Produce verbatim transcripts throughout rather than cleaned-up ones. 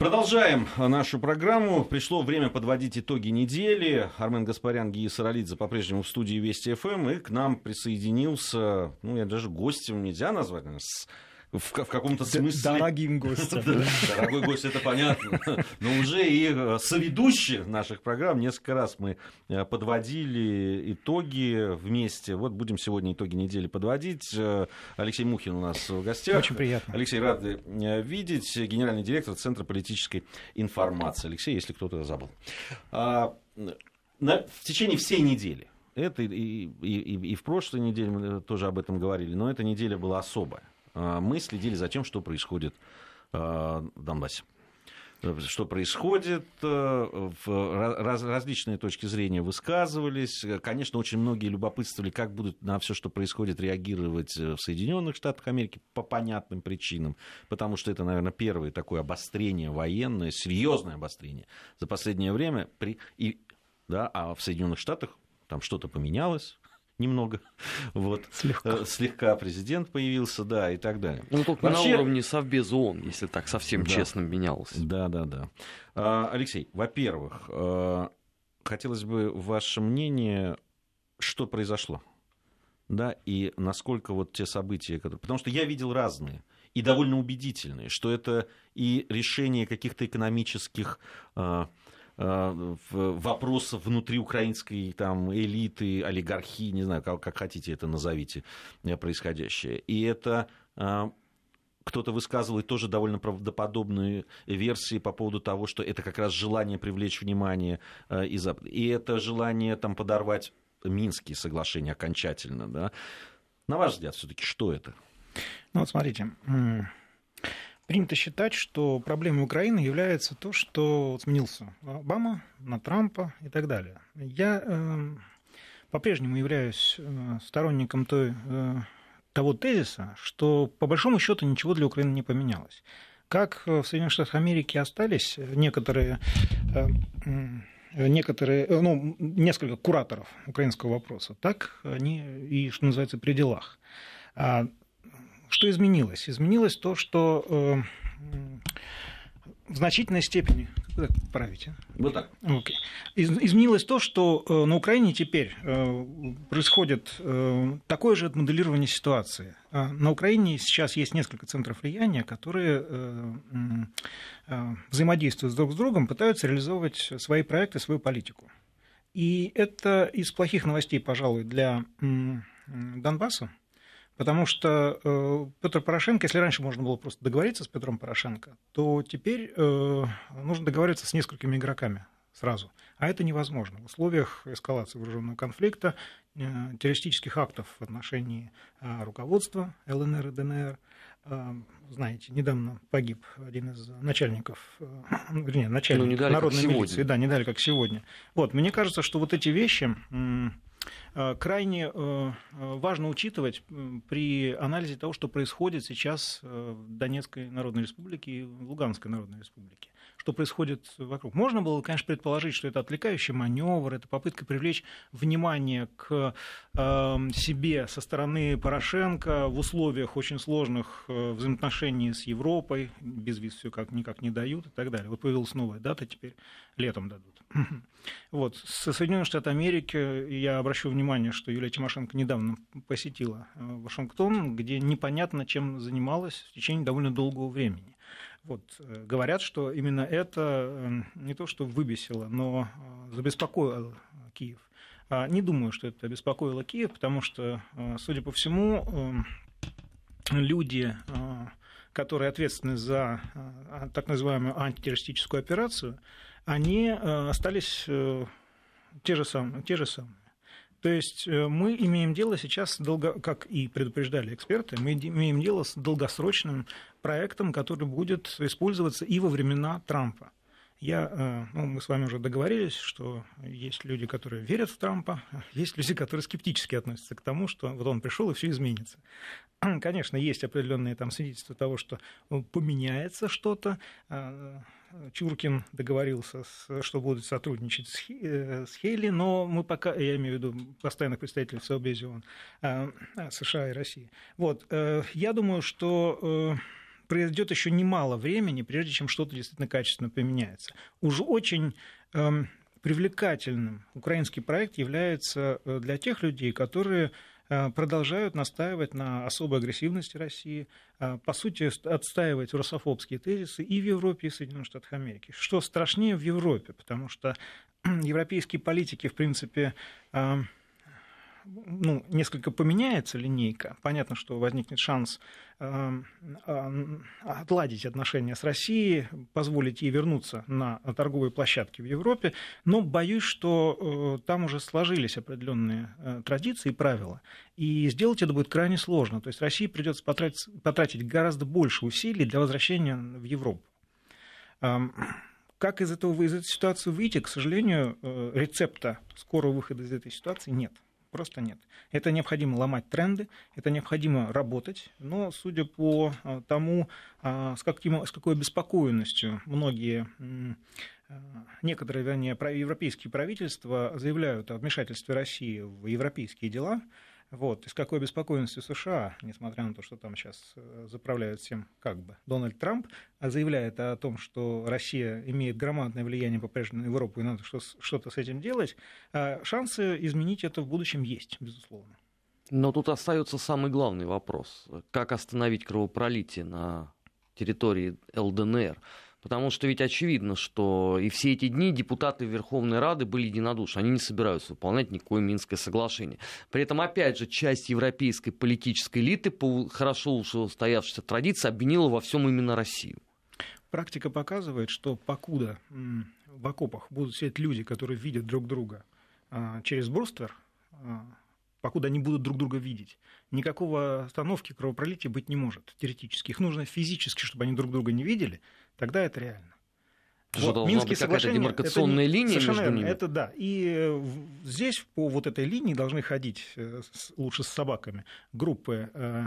Продолжаем нашу программу. Пришло время подводить итоги недели. Армен Гаспарян, Гия Саралидзе по-прежнему в студии Вести ФМ. И к нам присоединился, ну, я даже гостем нельзя назвать, наверное, с... В, в каком-то смысле... Дорогим гостем. Дорогой гость, это понятно. Но уже и соведущий наших программ. Несколько раз мы подводили итоги вместе. Вот будем сегодня итоги недели подводить. Алексей Мухин у нас в гостях. Очень приятно. Алексей, рады видеть. Генеральный директор Центра политической информации. Алексей, если кто-то забыл. В течение всей недели, это и, и, и, и в прошлой неделе мы тоже об этом говорили, но эта неделя была особая. Мы следили за тем, что происходит в Донбассе. Что происходит, раз, различные точки зрения высказывались. Конечно, очень многие любопытствовали, как будут на все, что происходит, реагировать в Соединенных Штатах Америки по понятным причинам. Потому что это, наверное, первое такое обострение военное, серьезное обострение за последнее время. При... И, да, а в Соединенных Штатах там что-то поменялось. Немного. Вот. Слегка. Слегка президент появился, да, и так далее. Ну, только Вообще... на уровне Совбеза ООН, если так совсем да. честно менялось. Да, да, да. А, Алексей, во-первых, а, хотелось бы ваше мнение, что произошло, да, и насколько вот те события, которые... Потому что я видел разные и довольно убедительные, что это и решение каких-то экономических... А, вопросов внутри украинской там, элиты, олигархии, не знаю, как, как хотите это назовите, происходящее. И это кто-то высказывал и тоже довольно правдоподобные версии по поводу того, что это как раз желание привлечь внимание и Запада. И это желание там, подорвать Минские соглашения окончательно. Да? На ваш взгляд, все-таки что это? Ну вот смотрите. Принято считать, что проблемой Украины является то, что сменился Обама на Трампа и так далее. Я э, по-прежнему являюсь э, сторонником той, э, того тезиса, что по большому счету ничего для Украины не поменялось. Как в Соединенных Штатах Америки остались некоторые, э, некоторые ну, несколько кураторов украинского вопроса, так они и, что называется, при делах. Что изменилось? Изменилось то, что э, в значительной степени... Как правите? Вот так. Okay. Из, изменилось то, что э, на Украине теперь э, происходит э, такое же моделирование ситуации. Э, на Украине сейчас есть несколько центров влияния, которые э, э, взаимодействуют друг с другом, пытаются реализовывать свои проекты, свою политику. И это из плохих новостей, пожалуй, для э, Донбасса. Потому что э, Петр Порошенко, если раньше можно было просто договориться с Петром Порошенко, то теперь э, нужно договориться с несколькими игроками сразу. А это невозможно. В условиях эскалации вооруженного конфликта, э, террористических актов в отношении э, руководства ЛНР и ДНР. Э, знаете, недавно погиб один из начальников, э, вернее, начальник ну, народной милиции. Да, не дали, как сегодня. Вот, мне кажется, что вот эти вещи... Э, крайне важно учитывать при анализе того, что происходит сейчас в Донецкой Народной Республике и в Луганской Народной Республике. Что происходит вокруг. Можно было, конечно, предположить, что это отвлекающий маневр, это попытка привлечь внимание к себе со стороны Порошенко в условиях очень сложных взаимоотношений с Европой, без виз все как никак не дают и так далее. Вот появилась новая дата, теперь летом дадут. Вот. Со Соединенных Штатов Америки я обращу внимание, что Юлия Тимошенко недавно посетила Вашингтон, где непонятно, чем занималась в течение довольно долгого времени. Вот. Говорят, что именно это не то, что выбесило, но забеспокоило Киев. Не думаю, что это обеспокоило Киев, потому что, судя по всему, люди, которые ответственны за так называемую антитеррористическую операцию, они остались те же самые. Те же самые. То есть мы имеем дело сейчас, долго, как и предупреждали эксперты, мы имеем дело с долгосрочным проектом, который будет использоваться и во времена Трампа. Я, ну, мы с вами уже договорились, что есть люди, которые верят в Трампа, есть люди, которые скептически относятся к тому, что вот он пришел и все изменится. Конечно, есть определенные там свидетельства того, что поменяется что-то. Чуркин договорился, что будут сотрудничать с Хейли, но мы пока, я имею в виду постоянных представителей в Совбезе ООН, США и России. Вот, я думаю, что пройдет еще немало времени, прежде чем что-то действительно качественно поменяется. Уж очень э, привлекательным украинский проект является для тех людей, которые продолжают настаивать на особой агрессивности России, по сути, отстаивать русофобские тезисы и в Европе, и в Соединенных Штатах Америки. Что страшнее в Европе, потому что европейские политики, в принципе, ну, несколько поменяется линейка. Понятно, что возникнет шанс э, э, отладить отношения с Россией, позволить ей вернуться на торговые площадки в Европе, но боюсь, что э, там уже сложились определенные э, традиции и правила, и сделать это будет крайне сложно. То есть России придется потратить, потратить гораздо больше усилий для возвращения в Европу. Э, как из, этого, из этой ситуации выйти, к сожалению, э, рецепта скорого выхода из этой ситуации нет. Просто нет. Это необходимо ломать тренды, это необходимо работать, но судя по тому, с, каким, с какой обеспокоенностью многие, некоторые, вернее, европейские правительства заявляют о вмешательстве России в европейские дела, вот, и с какой обеспокоенностью США, несмотря на то, что там сейчас заправляют всем как бы Дональд Трамп, заявляет о том, что Россия имеет громадное влияние по-прежнему на Европу и надо что-то с этим делать, шансы изменить это в будущем есть, безусловно. Но тут остается самый главный вопрос. Как остановить кровопролитие на территории эл дэ эн эр? Потому что ведь очевидно, что и все эти дни депутаты Верховной Рады были единодушны. Они не собираются выполнять никакое Минское соглашение. При этом, опять же, часть европейской политической элиты, по хорошо уж устоявшейся традиции, обвинила во всем именно Россию. Практика показывает, что покуда в окопах будут сидеть люди, которые видят друг друга через бруствер, покуда они будут друг друга видеть, никакого остановки кровопролития быть не может теоретически. Их нужно физически, чтобы они друг друга не видели, тогда это реально. Что вот, должна быть какая-то демаркационная это, линия между ними? Это да. И здесь по вот этой линии должны ходить, лучше с собаками, группы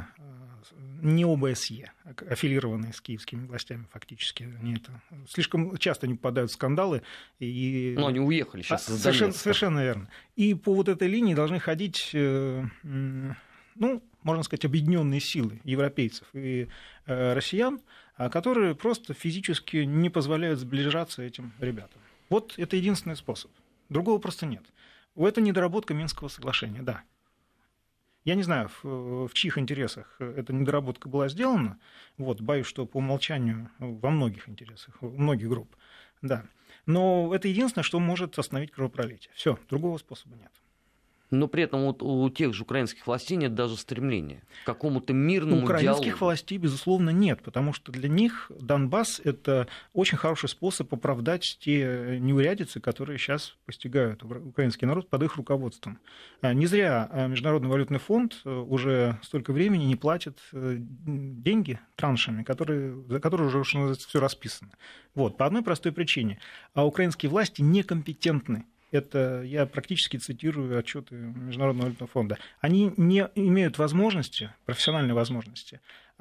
не о бэ эс е, аффилированные с киевскими властями фактически. Они это, слишком часто они попадают в скандалы. И... Но они уехали сейчас из совершенно, совершенно верно. И по вот этой линии должны ходить, ну, можно сказать, объединенные силы европейцев и россиян, которые просто физически не позволяют сближаться этим ребятам. Вот это единственный способ. Другого просто нет. Это недоработка Минского соглашения, да. Я не знаю, в, в чьих интересах эта недоработка была сделана. Вот, боюсь, что по умолчанию во многих интересах, у многих групп. Да. Но это единственное, что может остановить кровопролитие. Все, другого способа нет. Но при этом вот у тех же украинских властей нет даже стремления к какому-то мирному диалогу. У украинских диалогу. властей, безусловно, нет, потому что для них Донбасс – это очень хороший способ оправдать те неурядицы, которые сейчас постигают украинский народ под их руководством. Не зря Международный валютный фонд уже столько времени не платит деньги траншами, которые, за которые уже, что называется, все расписано. Вот, по одной простой причине. А украинские власти некомпетентны. Это я практически цитирую отчеты Международного валютного фонда. Они не имеют возможности, профессиональной возможности,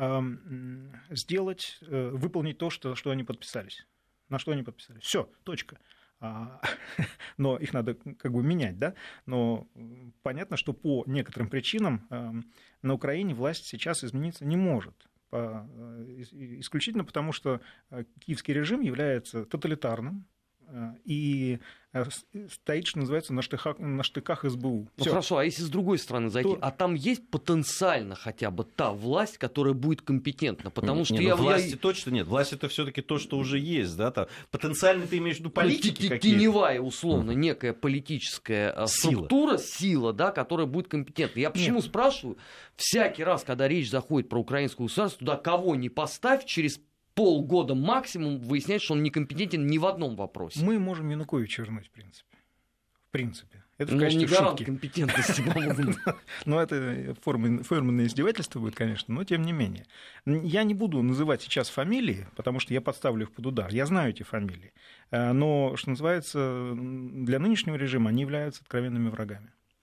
сделать, выполнить то, что, что они подписались. На что они подписались. Все, точка. Но их надо как бы менять, да? Но понятно, что по некоторым причинам на Украине власть сейчас измениться не может. Исключительно потому, что киевский режим является тоталитарным, и стоит, что называется, на штыках, на штыках эс бэ у. Ну хорошо, а если с другой стороны зайти, то... а там есть потенциально хотя бы та власть, которая будет компетентна? Потому нет, что нет, я... власти я... точно нет. Власть это все-таки то, что уже есть, да? Там, потенциально ты имеешь в виду политики ну, какие-то? Теневая, условно, mm. некая политическая сила. структура, сила, да, которая будет компетентна. Я почему нет. спрашиваю? Всякий раз, когда речь заходит про украинскую государство, туда кого ни поставь, через полгода максимум выясняется, что он некомпетентен ни в одном вопросе. Мы можем Януковича вернуть, в принципе. В принципе. Это в качестве шутки. Но не гарант компетентности, по-моему. Ну, это форменное издевательство будет, конечно, но тем не менее. Я не буду называть сейчас фамилии, потому что я подставлю их под удар. Я знаю эти фамилии. Но, что называется, для нынешнего режима они являются откровенными врагами.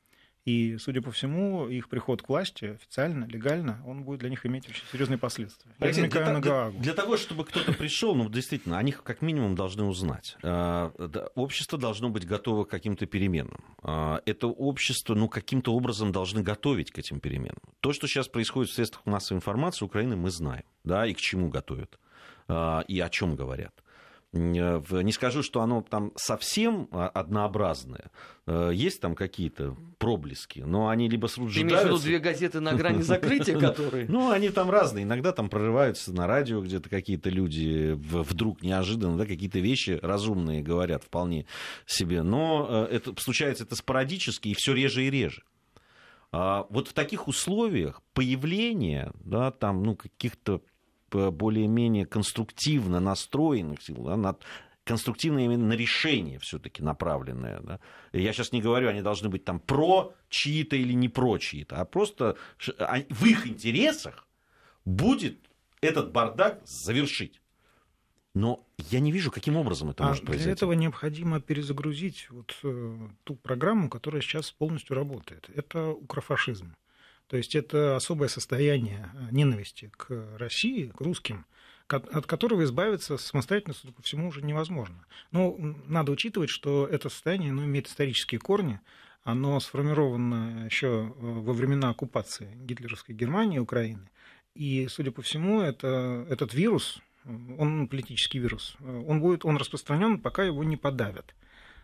И, судя по всему, их приход к власти официально, легально, он будет для них иметь очень серьезные последствия. Алексей, Я намекаю для, на Гаагу. Для, для того, чтобы кто-то пришел, ну, действительно, о них как минимум должны узнать. Общество должно быть готово к каким-то переменам. Это общество, ну, каким-то образом должны готовить к этим переменам. То, что сейчас происходит в средствах массовой информации Украины, мы знаем, да, и к чему готовят, и о чем говорят. Не скажу, что оно там совсем однообразное. Есть там какие-то проблески, но они либо суждаются... Ты имеешь в виду две газеты на грани закрытия, которые... Ну, они там разные. Иногда там прорываются на радио, где-то какие-то люди вдруг неожиданно, да, какие-то вещи разумные говорят вполне себе. Но это случается это спорадически и все реже и реже. Вот в таких условиях появление, да, там, ну, каких-то более-менее конструктивно настроенных сил, да, над, конструктивно именно на решение все-таки направленное. Да. Я сейчас не говорю, они должны быть там про чьи-то или не про чьи-то, а просто в их интересах будет этот бардак завершить. Но я не вижу, каким образом это а может произойти. Для этого необходимо перезагрузить вот, э, ту программу, которая сейчас полностью работает. Это укрофашизм. То есть это особое состояние ненависти к России, к русским, от которого избавиться самостоятельно, судя по всему, уже невозможно. Но надо учитывать, что это состояние, оно имеет исторические корни, оно сформировано еще во времена оккупации гитлеровской Германии и Украины. И, судя по всему, это, этот вирус, он политический вирус, он будет, он распространен, пока его не подавят.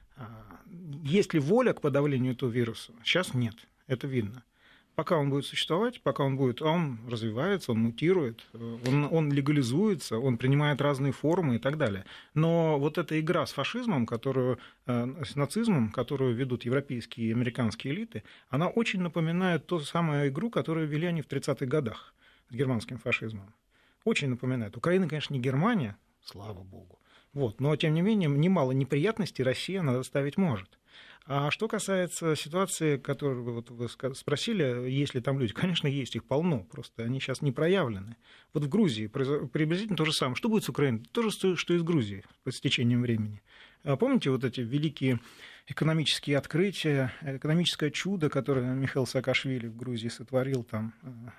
Есть ли воля к подавлению этого вируса? Сейчас нет, это видно. Пока он будет существовать, пока он будет, он развивается, он мутирует, он, он легализуется, он принимает разные формы и так далее. Но вот эта игра с фашизмом, которую, с нацизмом, которую ведут европейские и американские элиты, она очень напоминает ту самую игру, которую вели они в тридцатых годах с германским фашизмом. Очень напоминает. Украина, конечно, не Германия, слава богу. Вот. Но, тем не менее, немало неприятностей Россия доставить может. А что касается ситуации, которую вот вы спросили, есть ли там люди, конечно, есть, их полно, просто они сейчас не проявлены. Вот в Грузии приблизительно то же самое. Что будет с Украиной? То же, что и с Грузией с течением времени. Помните вот эти великие экономические открытия, экономическое чудо, которое Михаил Саакашвили в Грузии сотворил, там,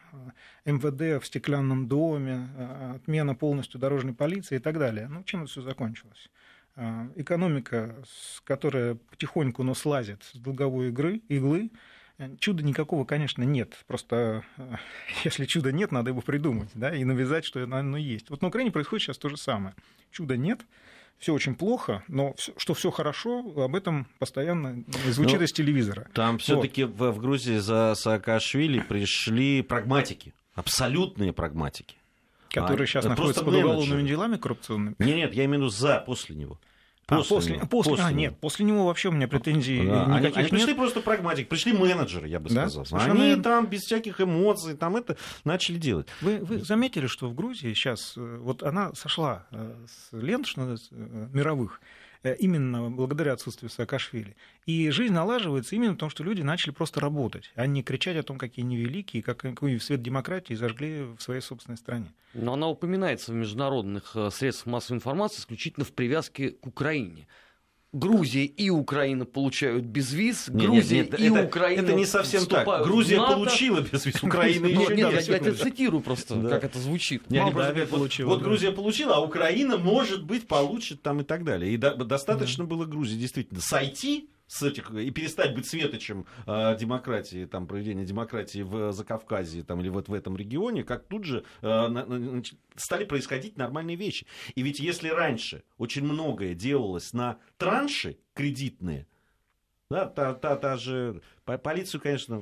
эм вэ дэ в стеклянном доме, отмена полностью дорожной полиции и так далее. Ну, чем это все закончилось? Экономика, которая потихоньку, но слазит с долговой игры, иглы, чуда никакого, конечно, нет. Просто если чуда нет, надо его придумать, да, и навязать, что оно есть. Вот на Украине происходит сейчас то же самое. Чуда нет, все очень плохо, но что все хорошо, об этом постоянно звучит но из телевизора. Там все-таки вот. в Грузии за Саакашвили пришли прагматики, абсолютные прагматики. Которые а, сейчас находятся под уголовными делами коррупционными? Нет, нет, я имею в виду за, после него. После, а, после, него. после, после а, него. нет, после него вообще у меня претензий да. никаких они, они нет. пришли просто прагматики, пришли менеджеры, я бы да? сказал. Совершенно... Они там без всяких эмоций там это начали делать. Вы, вы заметили, что в Грузии сейчас, вот она сошла с лент мировых, именно благодаря отсутствию Саакашвили. И жизнь налаживается именно потому, что люди начали просто работать, а не кричать о том, какие они великие, какой свет демократии зажгли в своей собственной стране. Но она упоминается в международных средствах массовой информации исключительно в привязке к Украине. Грузия и Украина получают безвиз, Грузия нет, нет, и это, Украина это не совсем так. Грузия получила безвиз, Украина еще нет. нет. Нет, я, я цитирую просто, да. Как это звучит. Нет, Мало просто говорят, получила, вот, да. вот Грузия получила, а Украина, может быть, получит там и так далее. И до, достаточно да. было Грузии действительно сойти с этих, и перестать быть светочем э, демократии, там, проведения демократии в Закавказье там, или вот в этом регионе, как тут же э, на, стали происходить нормальные вещи. И ведь если раньше очень многое делалось на транши кредитные, да, та, та, та же полицию, конечно,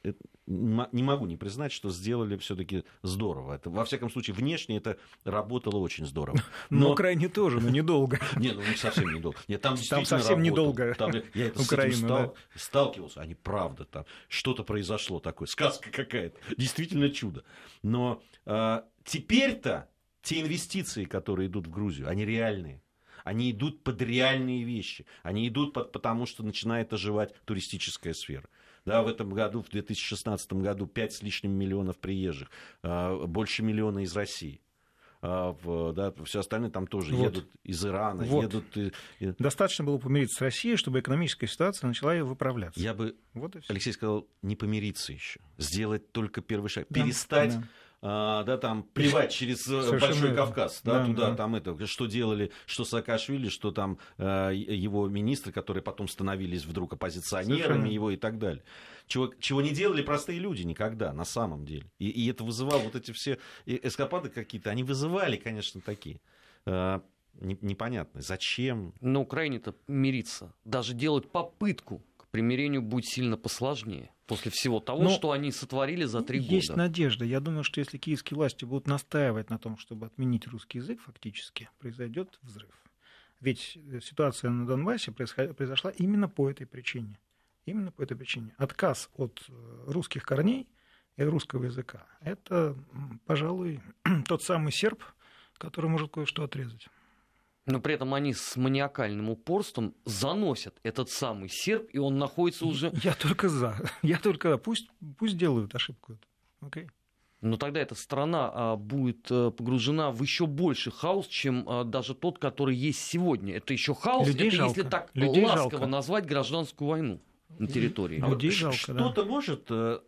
не могу не признать, что сделали все-таки здорово. Это, во всяком случае, внешне это работало очень здорово. Но, но крайне тоже, но недолго. Нет, ну совсем недолго. Нет, там, там совсем недолго. Там, я это Украина, с этим стал, да. сталкивался, а не правда. Там что-то произошло такое, сказка какая-то, действительно чудо. Но а, теперь-то те инвестиции, которые идут в Грузию, они реальные. Они идут под реальные вещи. Они идут под, потому, что начинает оживать туристическая сфера. Да, в этом году, в две тысячи шестнадцатом году, пять с лишним миллионов приезжих, больше миллиона из России. а, в, да, все остальные там тоже вот. едут из Ирана, вот. едут... И, и... Достаточно было помириться с Россией, чтобы экономическая ситуация начала выправляться. Я бы, вот Алексей сказал, не помириться еще, сделать только первый шаг, да, перестать... Да. А, да, там плевать через Совершенно Большой Кавказ, да, да, туда, да. Там это, что делали, что Саакашвили, что там э, его министры, которые потом становились вдруг оппозиционерами Совершенно. Его и так далее. Чего, чего не делали простые люди никогда, на самом деле. И, и это вызывало вот эти все эскапады какие-то, они вызывали, конечно, такие. Э, непонятные. Зачем? На Украине-то мириться, даже делать попытку к примирению будет сильно посложнее. После всего того, Но что они сотворили за три года. Есть надежда. Я думаю, что если киевские власти будут настаивать на том, чтобы отменить русский язык, фактически произойдет взрыв. Ведь ситуация на Донбассе произошла именно по этой причине. Именно по этой причине. Отказ от русских корней и русского языка – это, пожалуй, тот самый серп, который может кое-что отрезать. Но при этом они с маниакальным упорством заносят этот самый серп, и он находится уже... Я только за. Я только за. Пусть, пусть делают ошибку. Okay. Но тогда эта страна а, будет а, погружена в еще больший хаос, чем а, даже тот, который есть сегодня. Это еще хаос, Людей это жалко. Если так Людей ласково жалко. назвать гражданскую войну на территории. А Людей жалко, что-то да. может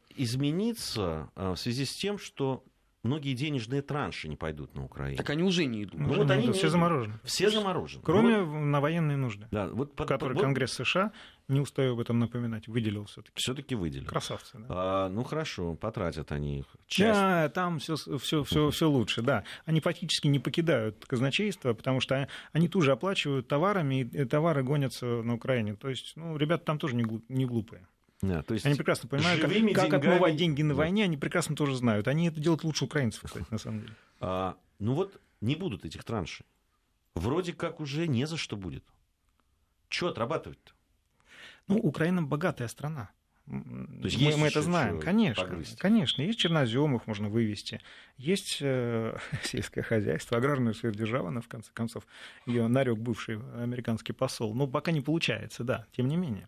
измениться в связи с тем, что многие денежные транши не пойдут на Украину. Так они уже не идут. Ну, вот они все заморожены. Все заморожены. Кроме вот. на военные нужды, да, вот, которые вот, Конгресс США, не устаю об этом напоминать, выделил все-таки. Все-таки выделил. Красавцы. Да. А, ну хорошо, потратят они их. Часть. Да, там все, все, все, все лучше, да. Они фактически не покидают казначейство, потому что они тут же оплачивают товарами, и товары гонятся на Украине. То есть, ну, ребята там тоже не глупые. Да, то есть они прекрасно понимают, как, деньгами... как отмывать деньги на войне, они прекрасно тоже знают. Они это делают лучше украинцев, кстати, на самом деле. А, ну вот не будут этих траншей. Вроде как уже не за что будет. Что отрабатывать-то? Ну, Украина богатая страна. То есть мы, есть мы это знаем, конечно. Погрызть. Конечно, есть черноземов, можно вывести. Есть э, сельское хозяйство, аграрную сверхдержаву, она, в конце концов, ее нарек бывший американский посол. Ну, пока не получается, да, тем не менее.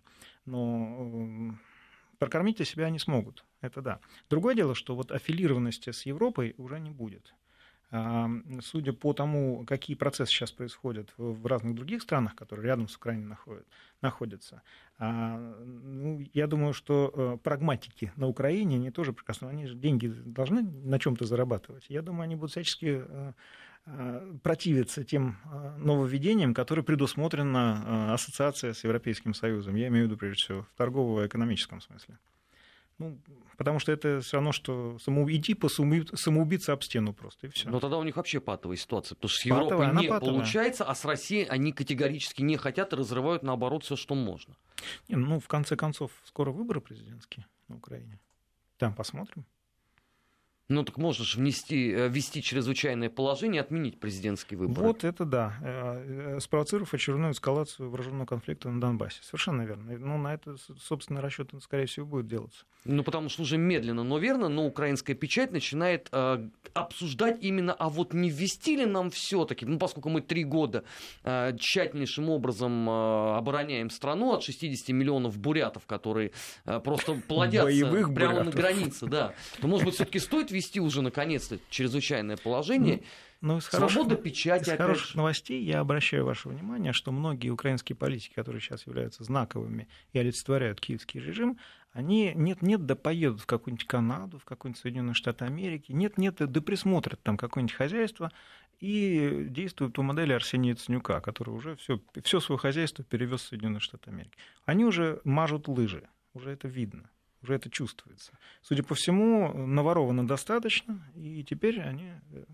Но э, прокормить себя они смогут, это да. Другое дело, что вот аффилированности с Европой уже не будет. А, судя по тому, какие процессы сейчас происходят в разных других странах, которые рядом с Украиной находят, находятся, а, ну, я думаю, что э, прагматики на Украине, они тоже прекрасно, они же деньги должны на чем-то зарабатывать. Я думаю, они будут всячески э, э, противиться тем э, нововведениям, которые предусмотрена э, ассоциация с Европейским Союзом. Я имею в виду, прежде всего, в торгово-экономическом смысле. Ну, потому что это все равно, что самоуб... иди самоубиться об стену просто, и все. Но тогда у них вообще патовая ситуация, потому что с Европой патовая, не получается, а с Россией они категорически не хотят и разрывают, наоборот, все, что можно. Не, ну, в конце концов, скоро выборы президентские на Украине. Там посмотрим. Ну, так можно же внести, ввести чрезвычайное положение и отменить президентские выборы. Вот это да. Спровоцировав очередную эскалацию вооруженного конфликта на Донбассе. Совершенно верно. Ну, на это, собственно, расчет, скорее всего, будет делаться. Ну, потому что уже медленно, но верно, но украинская печать начинает э, обсуждать именно, а вот не ввести ли нам все-таки, ну, поскольку мы три года э, тщательнейшим образом э, обороняем страну от шестидесяти миллионов бурятов, которые э, просто плодятся прямо бурятов. На границе, да, то, может быть, все-таки стоит ввести уже, наконец-то, чрезвычайное положение. Ну, из свобода хороших, печати. Из хороших же. новостей я обращаю ваше внимание, что многие украинские политики, которые сейчас являются знаковыми и олицетворяют киевский режим, они нет-нет, да поедут в какую-нибудь Канаду, в какой-нибудь Соединенные Штаты Америки, нет-нет, да присмотрят там какое-нибудь хозяйство и действуют по модели Арсения Яценюка, который уже все, все свое хозяйство перевез в Соединенные Штаты Америки. Они уже мажут лыжи, уже это видно. Уже это чувствуется. Судя по всему, наворовано достаточно, и теперь они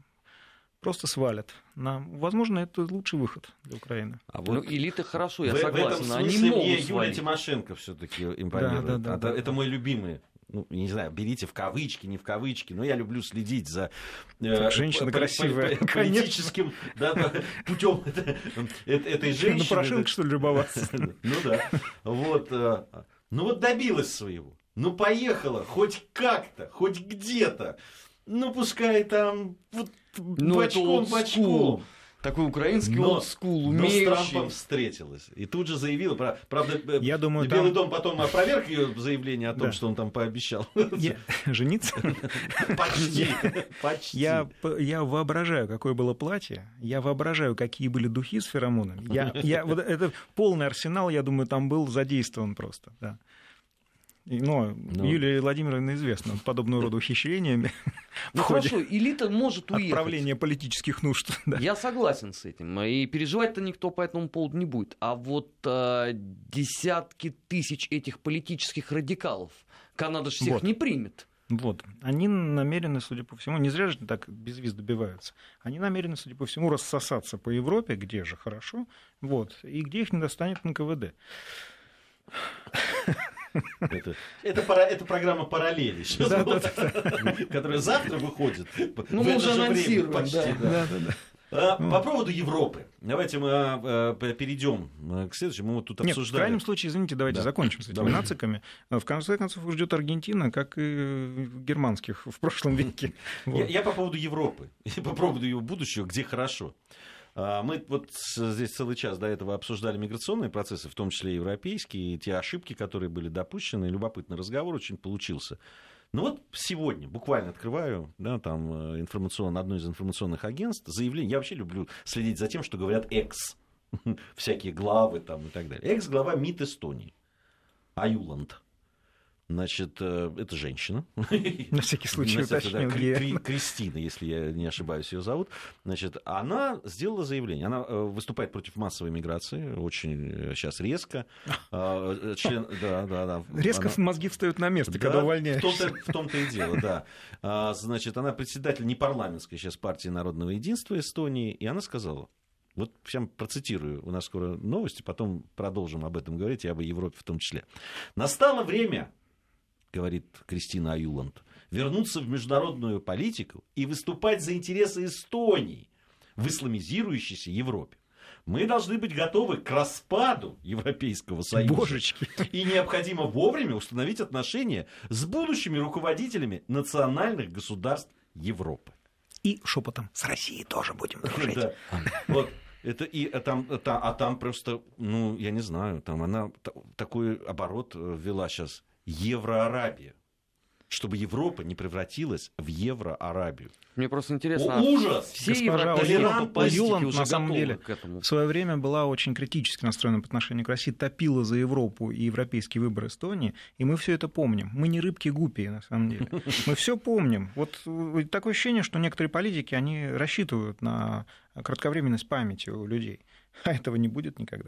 просто свалят. Нам, возможно, это лучший выход для Украины. А вот... Ну, элита хорошо, я в, согласен. В этом смысле они могут мне свалить. Юлия Тимошенко все-таки импонирует. Да, да, да, это, да. это мой любимый. Ну, не знаю, берите в кавычки, не в кавычки, но я люблю следить за э, женщина по, красивая, по, по, политическим да, да, путем этой женщины. На Порошенко, что ли, любоваться? Ну да. Вот. Ну вот добилась своего. Ну, поехала, хоть как-то, хоть где-то. Ну, пускай там вот ну, бочком-бочком. Такой украинский но, олдскул, но умеющий. с Трампом встретилась. И тут же заявила, правда, Я думаю, Белый там... дом потом опроверг ее заявление о том, Да. что он там пообещал. Я... Жениться? Почти. Почти. Я, я воображаю, какое было платье, я воображаю, какие были духи с феромонами. Я, я, вот это полный арсенал, я думаю, там был задействован просто. Да. И, но Ну. Юлия Владимировна известна подобного рода ухищрениями в Ну ходе хорошо, элита может уехать. отправления политических нужд. Да. Я согласен с этим. И переживать-то никто по этому поводу не будет. А вот э, десятки тысяч этих политических радикалов Канада же всех Вот. не примет. Вот. Они намерены, судя по всему, не зря же так без виз добиваются, они намерены, судя по всему, рассосаться по Европе, где же хорошо, вот, и где их не достанет эн ка вэ дэ. Это, это, пара- это программа «Параллели», сейчас Да, вот, да, которая завтра выходит. Ну, в мы это уже же время анонсируем, почти, да. да. Да, да, да. А, По поводу Европы. Давайте мы а, а, перейдем к следующему. Мы вот тут Нет, в обсуждали. крайнем случае, извините, давайте Да. закончим с этими Давай. нациками. В конце концов, их ждет Аргентина, как и германских в прошлом веке. Я, Вот. я по поводу Европы, и по поводу ее будущего, где хорошо. А, Мы вот с- здесь целый час до этого обсуждали миграционные процессы, в том числе европейские, и те ошибки, которые были допущены. Любопытный разговор очень получился. Ну вот сегодня, буквально открываю, да, там информационно, одно из информационных агентств, заявление. Я вообще люблю следить за тем, что говорят экс, всякие главы там и так далее. Экс-глава МИД Эстонии, Аюланд. Значит, э, это женщина. На всякий случай На всякий, да, уточнил, Кри- где. Кри- Кристина, если я не ошибаюсь, ее зовут. Значит, она сделала заявление. Она э, выступает против массовой миграции, очень э, сейчас резко. А, э, член- да, да, да. Резко Она- мозги встают на место, да, когда в увольняешься. том-то, в том-то и дело, да. А, значит, она председатель непарламентской сейчас партии Народного единства Эстонии, и она сказала, вот прям процитирую, у нас скоро новости, потом продолжим об этом говорить, и об Европе в том числе. Настало время, говорит Кристина Аюланд, вернуться в международную политику и выступать за интересы Эстонии в исламизирующейся Европе. Мы должны быть готовы к распаду Европейского Союза. Божечки. И необходимо вовремя установить отношения с будущими руководителями национальных государств Европы. И шепотом с Россией тоже будем дружить. Да. Вот. Это и а там, та- а там просто, ну, я не знаю, там она та- такой оборот э, ввела сейчас. Евроарабия. Чтобы Европа не превратилась в Евроарабию. Мне просто О, интересно, а ужас! все Госпожа европейские Аюланд- политики Аюланд, уже на самом готовы деле, к этому. В свое время была очень критически настроена по отношению к России, топила за Европу и европейский выбор Эстонии, и мы все это помним. Мы не рыбки-гуппи, на самом деле. Мы все помним. Вот э, такое ощущение, что некоторые политики, они рассчитывают на кратковременность памяти у людей, а этого не будет никогда.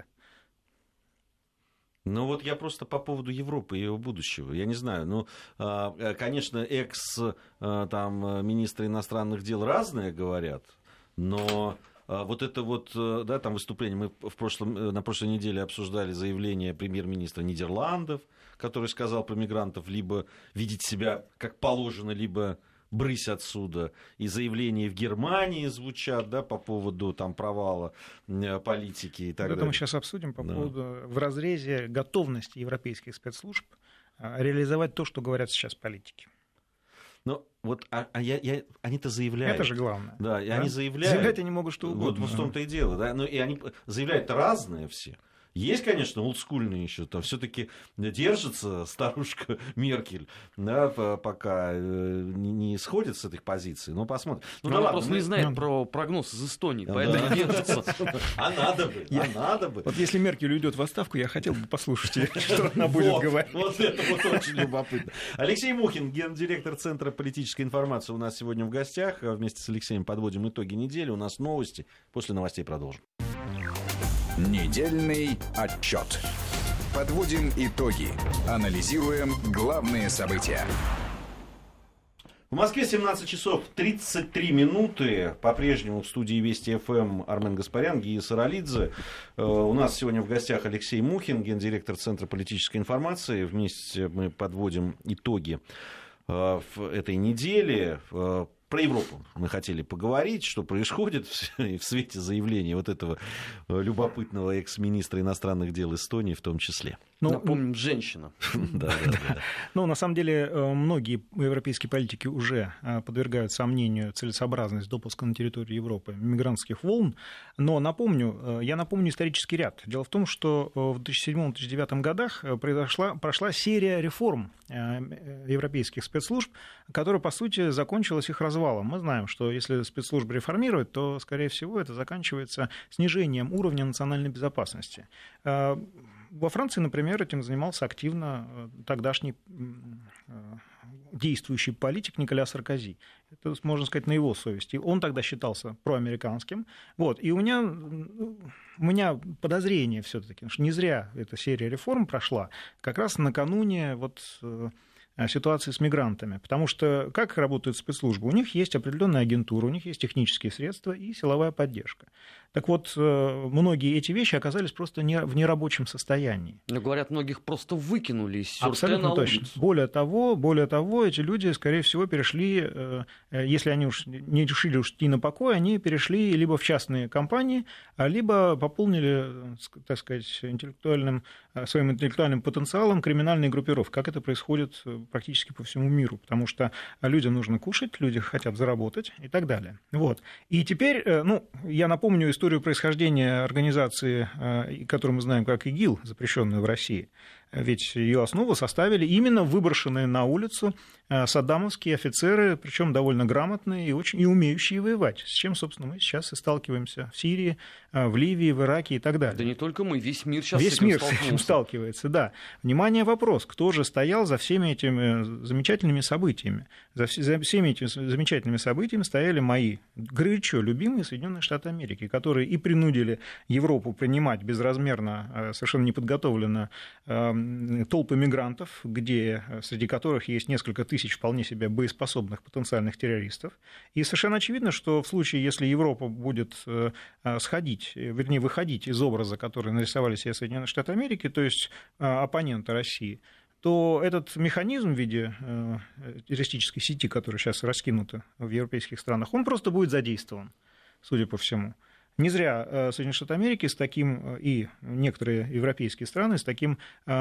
Ну вот я просто по поводу Европы и ее будущего. Я не знаю, ну, а, конечно, экс-министры иностранных дел разные говорят, но а, вот это вот, да, там выступление, мы в прошлом, на прошлой неделе обсуждали заявление премьер-министра Нидерландов, который сказал про мигрантов либо видеть себя как положено, либо брысь отсюда. И заявления в Германии звучат, да, по поводу там провала э, политики и так Это далее. мы сейчас обсудим по Да. поводу в разрезе готовности европейских спецслужб а, реализовать то, что говорят сейчас политики. Ну, вот а, а я, я, они-то заявляют. Это же главное. Да, и да? они заявляют. Заявлять они могут что угодно. Вот, вот в том-то и дело, да. Ну, и они заявляют разные все. Есть, конечно, олдскульные еще, там все-таки держится старушка Меркель, да, пока не, не сходит с этой позиции. Но посмотрим. Ну, Но да она ладно, просто мы- не знает ну, про прогноз из Эстонии, Да. поэтому держится. А надо бы, а надо бы. Вот если Меркель уйдет в отставку, я хотел бы послушать, её, что она будет Вот, говорить. Вот это вот очень любопытно. Алексей Мухин, гендиректор Центра политической информации, у нас сегодня в гостях. Вместе с Алексеем подводим итоги недели. У нас новости. После новостей продолжим. Недельный отчет. Подводим итоги. Анализируем главные события. В Москве семнадцать часов тридцать три минуты. По-прежнему в студии Вести ФМ Армен Гаспарян, Гия Саралидзе. Э, У нас сегодня в гостях Алексей Мухин, гендиректор Центра политической информации. Вместе мы подводим итоги э, в этой неделе. Э, про Европу мы хотели поговорить, что происходит в свете заявления вот этого любопытного экс-министра иностранных дел Эстонии в том числе. Ну, напомним, женщина. Да, да, да. Ну, на самом деле, многие европейские политики уже подвергают сомнению целесообразность допуска на территорию Европы мигрантских волн. Но напомню, я напомню исторический ряд. Дело в том, что в две тысячи седьмом — две тысячи девятом годах произошла, прошла серия реформ европейских спецслужб, которая, по сути, закончилась их развалом. Мы знаем, что если спецслужбы реформируют, то, скорее всего, это заканчивается снижением уровня национальной безопасности. Во Франции, например, этим занимался активно тогдашний действующий политик Николя Саркози. Это, можно сказать, на его совести. Он тогда считался проамериканским. Вот. И у меня, у меня подозрение все-таки, что не зря эта серия реформ прошла как раз накануне вот ситуации с мигрантами. Потому что как работают спецслужбы? У них есть определенная агентура, у них есть технические средства и силовая поддержка. Так вот, многие эти вещи оказались просто не, в нерабочем состоянии. Но, говорят, многих просто выкинули из сюрте Абсолютно на точно. улицу. Более того, более того, эти люди, скорее всего, перешли, если они уж не решили уйти на покой, они перешли либо в частные компании, либо пополнили, так сказать, интеллектуальным, своим интеллектуальным потенциалом криминальные группировки, как это происходит практически по всему миру, потому что людям нужно кушать, люди хотят заработать и так далее. Вот. И теперь, ну, я напомню историю происхождения организации, которую мы знаем как ИГИЛ, запрещенную в России. Ведь ее основу составили именно выброшенные на улицу саддамовские офицеры, причем довольно грамотные и очень и умеющие воевать, с чем, собственно, мы сейчас и сталкиваемся в Сирии, в Ливии, в Ираке и так далее. Да не только мы, весь мир сейчас весь с этим мир с этим сталкивается, да. Внимание, вопрос, кто же стоял за всеми этими замечательными событиями? За, за всеми этими замечательными событиями стояли мои горячо любимые Соединенные Штаты Америки, которые и принудили Европу принимать безразмерно, совершенно неподготовленно толпы мигрантов, где, среди которых есть несколько тысяч вполне себе боеспособных потенциальных террористов. И совершенно очевидно, что в случае, если Европа будет сходить, вернее, выходить из образа, который нарисовали себе Соединенные Штаты Америки, то есть оппонента России, то этот механизм в виде террористической сети, которая сейчас раскинута в европейских странах, он просто будет задействован, судя по всему. Не зря Соединенные Штаты Америки с таким, и некоторые европейские страны с таким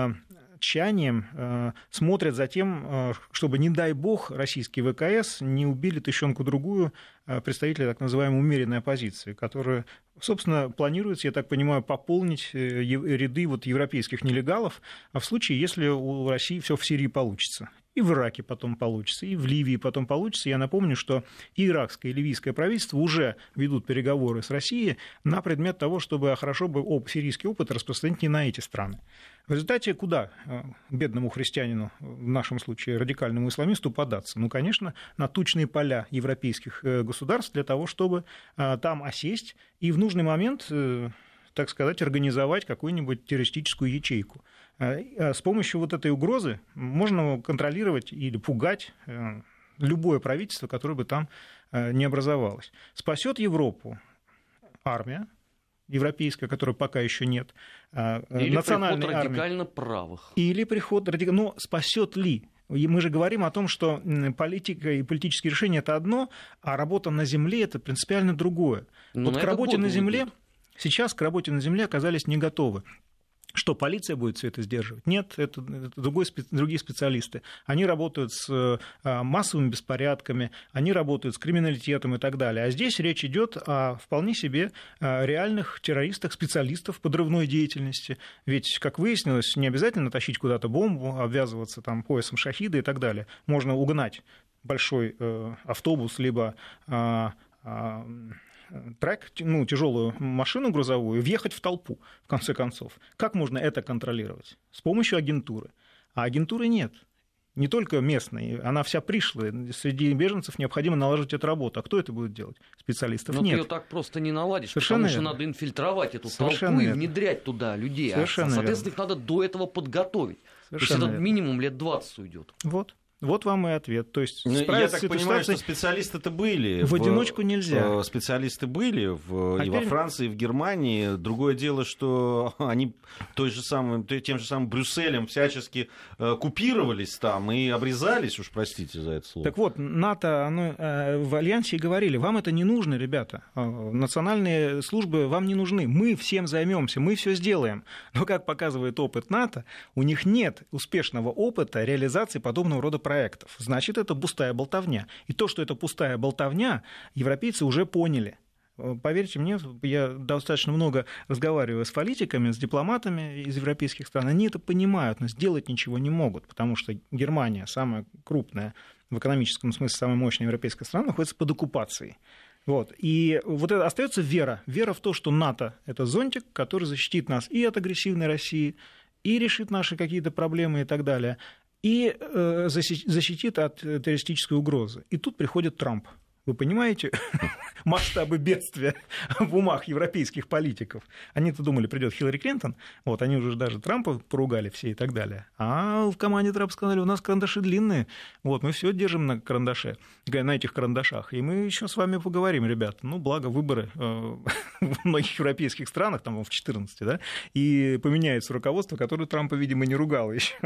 тщанием смотрят за тем, чтобы, не дай бог, российские ВКС не убили тыщенку-другую представителя так называемой умеренной оппозиции, которая, собственно, планируется, я так понимаю, пополнить ряды вот европейских нелегалов, а в случае, если у России все в Сирии получится. И в Ираке потом получится, и в Ливии потом получится. Я напомню, что и иракское, и ливийское правительство уже ведут переговоры с Россией на предмет того, чтобы хорошо бы оп, сирийский опыт распространить не на эти страны. В результате куда бедному христианину, в нашем случае радикальному исламисту, податься? Ну, конечно, на тучные поля европейских государств для того, чтобы там осесть и в нужный момент, так сказать, организовать какую-нибудь террористическую ячейку. С помощью вот этой угрозы можно контролировать или пугать любое правительство, которое бы там не образовалось. Спасет Европу армия европейская, которой пока еще нет, или национальной приход армии. радикально правых. Или приход радикально... Но спасет ли? И мы же говорим о том, что политика и политические решения – это одно, а работа на земле – это принципиально другое. Но вот к работе на земле, уйдет. Сейчас к работе на земле оказались не готовы. Что, полиция будет все это сдерживать? Нет, это, это другой, другие специалисты. Они работают с массовыми беспорядками, они работают с криминалитетом и так далее. А здесь речь идет о вполне себе реальных террористах, специалистов подрывной деятельности. Ведь, как выяснилось, не обязательно тащить куда-то бомбу, обвязываться там поясом шахида и так далее. Можно угнать большой автобус, либо трек, ну, тяжелую машину грузовую, въехать в толпу, в конце концов. Как можно это контролировать? С помощью агентуры. А агентуры нет. Не только местной, она вся пришлая. Среди беженцев необходимо наложить эту работу. А кто это будет делать? Специалистов Но нет. Но ты ее так просто не наладишь, Совершенно потому что верно. надо инфильтровать эту Совершенно толпу верно. и внедрять туда людей. Совершенно А, соответственно, верно. их надо до этого подготовить. Совершенно То есть это верно. минимум лет двадцать уйдет. Вот. Вот вам и ответ. То есть, я так понимаю, что специалисты-то были. В, в одиночку нельзя. Специалисты были в, а и теперь... во Франции, и в Германии. Другое дело, что они той же самым, тем же самым Брюсселем всячески купировались там и обрезались, уж простите за это слово. Так вот, НАТО, оно, в Альянсе говорили, вам это не нужно, ребята. Национальные службы вам не нужны. Мы всем займемся, мы все сделаем. Но, как показывает опыт НАТО, у них нет успешного опыта реализации подобного рода проектов. Значит, это пустая болтовня. И то, что это пустая болтовня, европейцы уже поняли. Поверьте мне, я достаточно много разговариваю с политиками, с дипломатами из европейских стран. Они это понимают, но сделать ничего не могут, потому что Германия, самая крупная, в экономическом смысле самая мощная европейская страна, находится под оккупацией. Вот. И вот это остается вера. Вера в то, что НАТО – это зонтик, который защитит нас и от агрессивной России, и решит наши какие-то проблемы и так далее, и э, защитит от террористической угрозы. И тут приходит Трамп. Вы понимаете масштабы бедствия в умах европейских политиков? Они-то думали, придет Хиллари Клинтон, вот, они уже даже Трампа поругали все и так далее. А в команде Трампа сказали, у нас карандаши длинные, вот, мы все держим на карандаше, на этих карандашах, и мы еще с вами поговорим, ребята. Ну, благо, выборы в многих европейских странах, там, в две тысячи четырнадцатом, да, и поменяется руководство, которое Трампа, видимо, не ругало еще.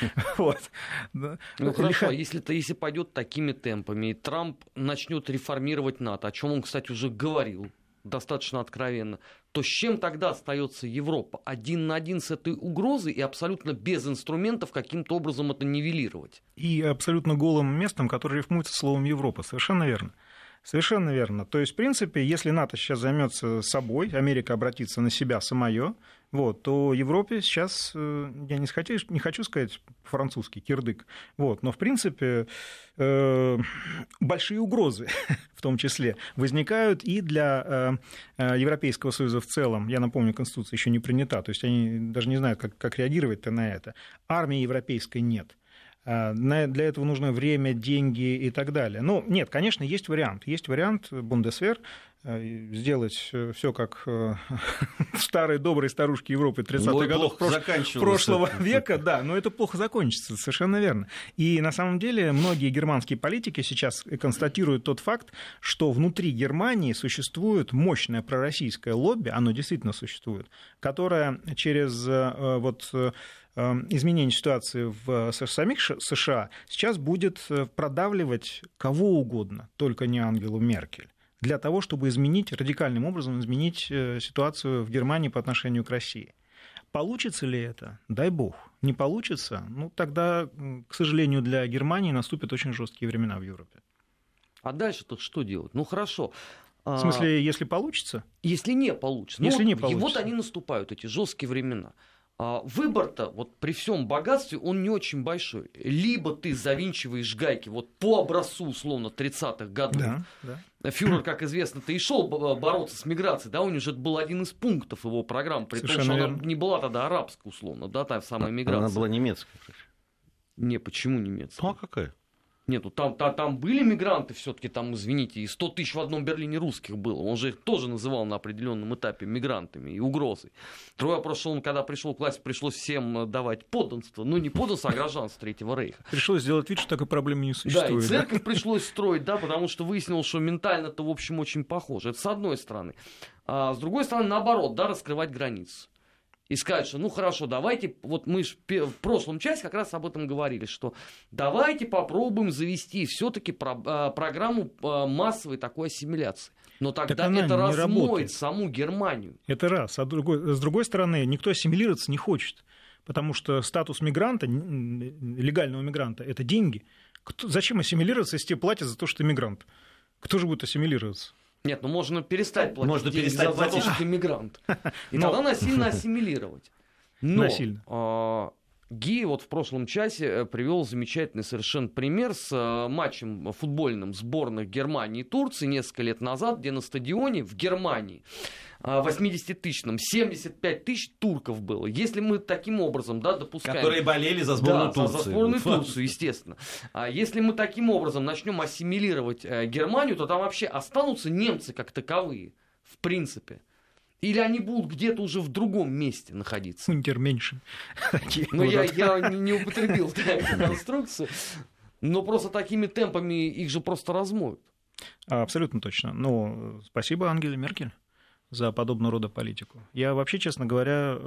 Ну, хорошо, если пойдет такими темпами, и Трамп начнет реформировать НАТО, о чем он, кстати, уже говорил достаточно откровенно, то с чем тогда остается Европа? Один на один с этой угрозой и абсолютно без инструментов каким-то образом это нивелировать. И абсолютно голым местом, которое рифмуется словом Европа. Совершенно верно. Совершенно верно. То есть, в принципе, если НАТО сейчас займется собой, Америка обратится на себя самое, вот, то Европе сейчас, я не хочу, не хочу сказать по-французски, кирдык, вот, но, в принципе, э, большие угрозы, в том числе, возникают и для э, Европейского Союза в целом. Я напомню, Конституция еще не принята, то есть они даже не знают, как, как реагировать-то на это. Армии европейской нет. Для этого нужно время, деньги и так далее. Ну, нет, конечно, есть вариант. Есть вариант Бундесвер сделать все как в старой доброй старушке Европы тридцатых годов прошлого века. Да, но это плохо закончится, совершенно верно. И на самом деле многие германские политики сейчас констатируют тот факт, что внутри Германии существует мощное пророссийское лобби, оно действительно существует, которое через вот изменение ситуации в самих США сейчас будет продавливать кого угодно, только не Ангелу Меркель, для того, чтобы изменить, радикальным образом изменить ситуацию в Германии по отношению к России. Получится ли это? Дай бог. Не получится? Ну, тогда, к сожалению, для Германии наступят очень жесткие времена в Европе. А дальше-то что делать? Ну, хорошо. В смысле, если получится? Если не получится. Если ну, не вот, получится. И вот они наступают, эти жесткие времена. Выбор-то вот при всем богатстве он не очень большой. Либо ты завинчиваешь гайки вот по образцу условно тридцатых годов. Да, да. Фюрер, как известно-то и шел бороться с миграцией, да, у него же это был один из пунктов его программы, при том, что она не была тогда арабская условно, да, та самая миграция. Она была немецкая. Не, почему немецкая? Ну, а какая? Нет, ну там, там, там были мигранты все-таки, там, извините, и сто тысяч в одном Берлине русских было. Он же их тоже называл на определенном этапе мигрантами и угрозой. Другой вопрос, что он, когда пришел к власти, пришлось всем давать подданство. Ну, не подданство, а гражданство Третьего Рейха. Пришлось сделать вид, что такой проблемы не существует. Да, и церковь да? пришлось строить, да, потому что выяснилось, что ментально-то, в общем, очень похоже. Это с одной стороны. А с другой стороны, наоборот, да, раскрывать границы. И сказать, что ну хорошо, давайте, вот мы ж в прошлом части как раз об этом говорили, что давайте попробуем завести все-таки про, а, программу а, массовой такой ассимиляции. Но тогда это размоет работает. Саму Германию. Это раз. А другой, с другой стороны, никто ассимилироваться не хочет, потому что статус мигранта, легального мигранта, это деньги. Кто, зачем ассимилироваться, если тебе платят за то, что ты мигрант? Кто же будет ассимилироваться? Нет, ну можно перестать платить можно деньги перестать за, платить. за то, что ты мигрант. И Но... тогда насильно ассимилировать. Но насильно. Э, Ги вот в прошлом часе привел замечательный совершенно пример с э, матчем футбольным сборных Германии и Турции несколько лет назад, где на стадионе в Германии восьмидесятитысячном семьдесят пять тысяч турков было. Если мы таким образом, да, допускаем... Которые болели за сборную да, Турции. за сборную Турцию, естественно. А если мы таким образом начнем ассимилировать э, Германию, то там вообще останутся немцы как таковые, в принципе. Или они будут где-то уже в другом месте находиться. Унтерменьшем. Ну, я, я не, не употребил эту конструкцию. Но просто такими темпами их же просто размоют. Абсолютно точно. Ну, спасибо Ангеле Меркель за подобного рода политику. Я вообще, честно говоря,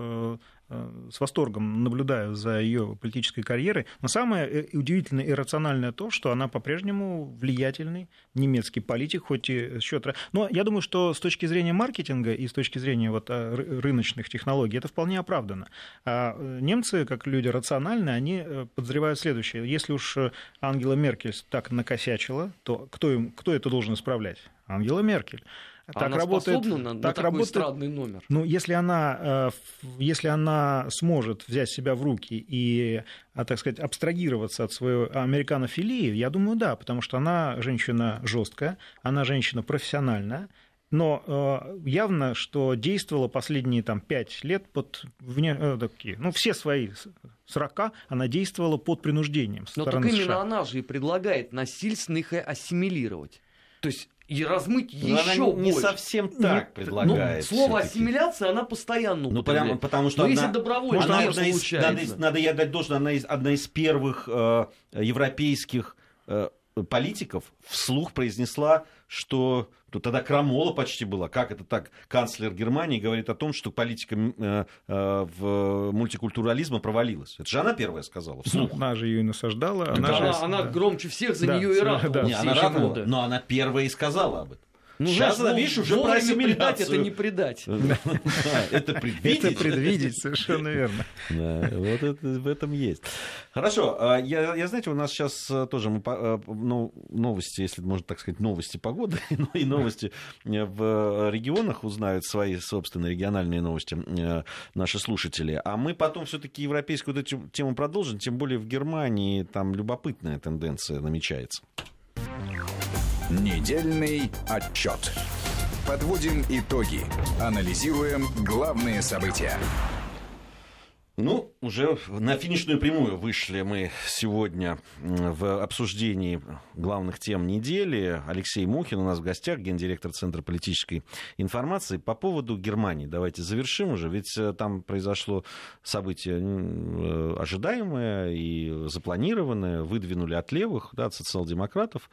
с восторгом наблюдаю за ее политической карьерой. Но самое удивительное и рациональное то, что она по-прежнему влиятельный немецкий политик, хоть и счет. Но я думаю, что с точки зрения маркетинга и с точки зрения вот рыночных технологий это вполне оправдано. А немцы, как люди рациональные, они подозревают следующее. Если уж Ангела Меркель так накосячила, то кто, им, кто это должен исправлять? Ангела Меркель. А так она работает, способна на, на так такой работает, странный номер? Ну, если она, если она сможет взять себя в руки и, так сказать, абстрагироваться от своей американофилии, я думаю, да, потому что она женщина жесткая, она женщина профессиональная, но явно, что действовала последние там, пять лет под вне, такие, ну, все свои сорока она действовала под принуждением со Но стороны так именно США. она же и предлагает насильственно их ассимилировать. То есть и размыть Но еще она больше. не совсем так Ну, предлагает. слово всё-таки. ассимиляция она постоянно Ну, употребляет. прямо потому что Но одна, если добровольно она не одна из, получается. надо, из- надо ей дать должное, она из, одна из первых э, европейских э, политиков вслух произнесла, что ну, тогда крамола почти была. Как это так? Канцлер Германии говорит о том, что политика э, э, в мультикультурализма провалилась. Это же она первая сказала вслух. Она же ее и насаждала. Так Она, она, же, она да. громче всех за Да, нее и ратовала. да. Не, все она эти ратовала, годы. но она первая и сказала об этом. Ну, Сейчас знаешь, она, видишь, уже про вовремя предать ассимиляцию. это не предать. Это предвидеть. Это предвидеть, совершенно верно. Да, вот это, в этом есть. Хорошо, а, я, я, знаете, у нас сейчас а, тоже мы, по- а, ну, новости, если можно так сказать, новости погоды, но и новости в регионах узнают свои собственные региональные новости а, наши слушатели. А мы потом все-таки европейскую вот эту тему продолжим, тем более в Германии там любопытная тенденция намечается. Недельный отчет. Подводим итоги. Анализируем главные события. Ну, уже на финишную прямую вышли мы сегодня в обсуждении главных тем недели. Алексей Мухин у нас в гостях, гендиректор Центра политической информации. По поводу Германии давайте завершим уже, ведь там произошло событие ожидаемое и запланированное. Выдвинули от левых, да, от социал-демократов,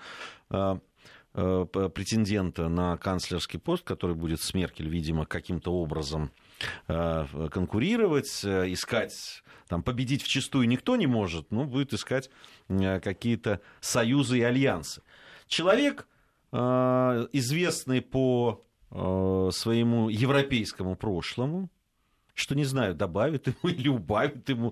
претендента на канцлерский пост, который будет с Меркель, видимо, каким-то образом конкурировать, искать, там, победить вчистую никто не может, но будет искать какие-то союзы и альянсы. Человек, известный по своему европейскому прошлому, что, не знаю, добавит ему или убавит ему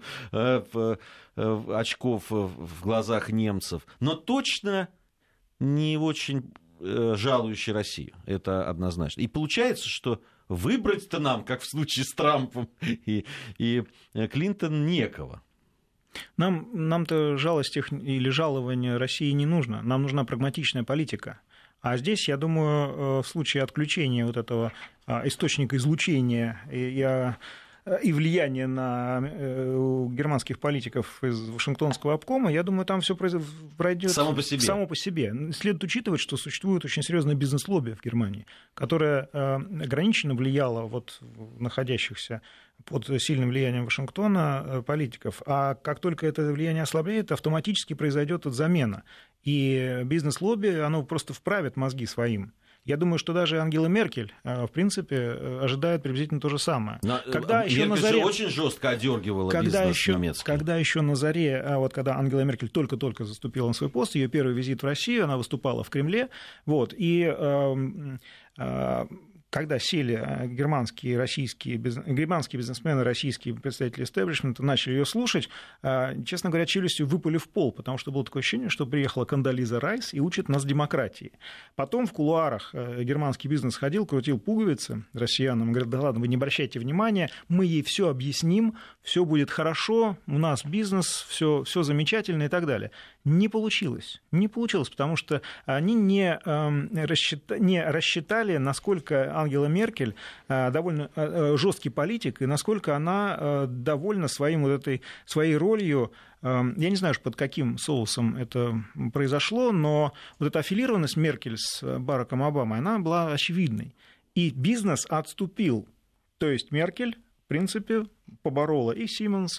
очков в глазах немцев, но точно не очень жалующий Россию, это однозначно. И получается, что выбрать-то нам, как в случае с Трампом и, и Клинтон, некого. Нам, нам-то жалость их или жалование России не нужно. Нам нужна прагматичная политика. А здесь, я думаю, в случае отключения вот этого источника излучения и, и влияния на германских политиков из Вашингтонского обкома, я думаю, там все пройдет само по себе. Само по себе. Следует учитывать, что существует очень серьезное бизнес-лобби в Германии, которое ограниченно влияло вот находящихся под сильным влиянием Вашингтона политиков, а как только это влияние ослабляет, автоматически произойдет замена. И бизнес-лобби, оно просто вправит мозги своим. Я думаю, что даже Ангела Меркель, в принципе, ожидает приблизительно то же самое. Но когда Меркель еще на заре... же очень жестко одергивала когда бизнес еще... немецкий. Когда еще на заре, вот когда Ангела Меркель только-только заступила на свой пост, ее первый визит в Россию, она выступала в Кремле, вот, и... Э, э, когда сели германские, российские, германские бизнесмены, российские представители истеблишмента, начали ее слушать, честно говоря, челюстью выпали в пол, потому что было такое ощущение, что приехала Кондолиза Райс и учит нас демократии. Потом в кулуарах германский бизнес ходил, крутил пуговицы россиянам, говорит: да ладно, вы не обращайте внимания, мы ей все объясним, все будет хорошо, у нас бизнес, все, все замечательно и так далее. Не получилось. Не получилось, потому что они не, э, рассчитали, не рассчитали, насколько Ангела Меркель э, довольно э, жесткий политик, и насколько она э, довольна своим, вот этой, своей ролью. Э, я не знаю, под каким соусом это произошло, но вот эта аффилированность Меркель с Бараком Обамой, она была очевидной. И бизнес отступил. То есть Меркель, в принципе, поборола и Siemens,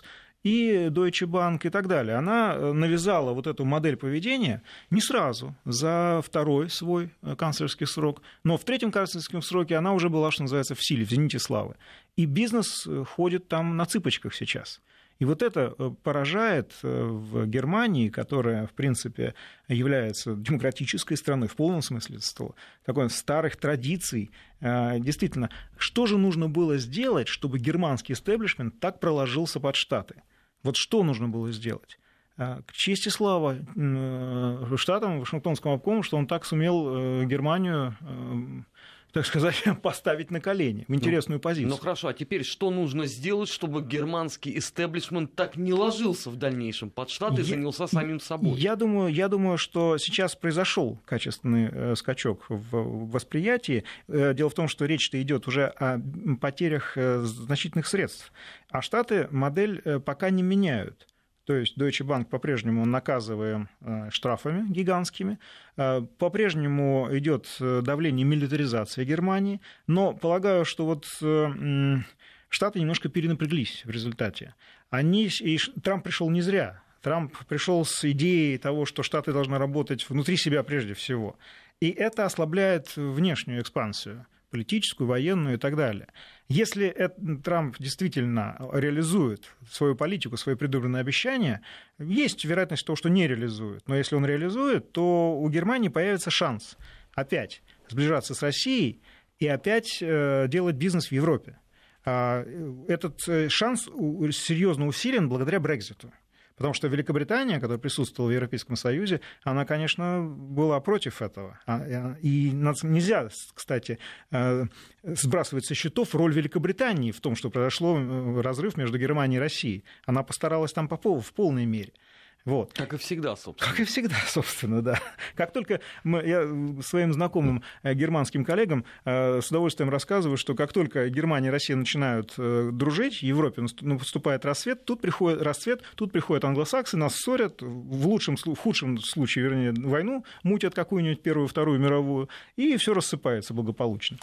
и Deutsche Bank и так далее. Она навязала вот эту модель поведения не сразу, за второй свой канцлерский срок, но в третьем канцлерском сроке она уже была, что называется, в силе, в зените славы. И бизнес ходит там на цыпочках сейчас. И вот это поражает в Германии, которая, в принципе, является демократической страной в полном смысле слова, такой старых традиций. Действительно, что же нужно было сделать, чтобы германский истеблишмент так проложился под Штаты? Вот что нужно было сделать? К чести слава Штатам, Вашингтонскому обкому, что он так сумел Германию, так сказать, поставить на колени, в интересную позицию. Ну хорошо, а теперь что нужно сделать, чтобы германский истеблишмент так не ложился в дальнейшем под Штаты и я, занялся самим собой? Я думаю, я думаю, что сейчас произошел качественный э, скачок в восприятии. Э, дело в том, что речь-то идет уже о потерях э, значительных средств, а Штаты модель э, пока не меняют. То есть Deutsche Bank по-прежнему наказываем штрафами гигантскими, по-прежнему идет давление милитаризации Германии, но полагаю, что вот Штаты немножко перенапряглись в результате. Они, и Трамп пришел не зря. Трамп пришел с идеей того, что Штаты должны работать внутри себя прежде всего. И это ослабляет внешнюю экспансию, политическую, военную и так далее. Если это, Трамп действительно реализует свою политику, свои предвыборные обещания, есть вероятность того, что не реализует. Но если он реализует, то у Германии появится шанс опять сближаться с Россией и опять э, делать бизнес в Европе. А этот шанс серьезно усилен благодаря Брекситу. Потому что Великобритания, которая присутствовала в Европейском Союзе, она, конечно, была против этого. И нельзя, кстати, сбрасывать со счетов роль Великобритании в том, что произошел разрыв между Германией и Россией. Она постаралась там по поводу в полной мере. Вот. Как и всегда, собственно. Как и всегда, собственно, да. Как только мы, я своим знакомым германским коллегам с удовольствием рассказываю, что как только Германия и Россия начинают дружить, в Европе наступает рассвет, тут приходит расцвет, тут приходят англосаксы, нас ссорят, в лучшем, в худшем случае, вернее, войну, мутят какую-нибудь первую, вторую мировую, и все рассыпается благополучно.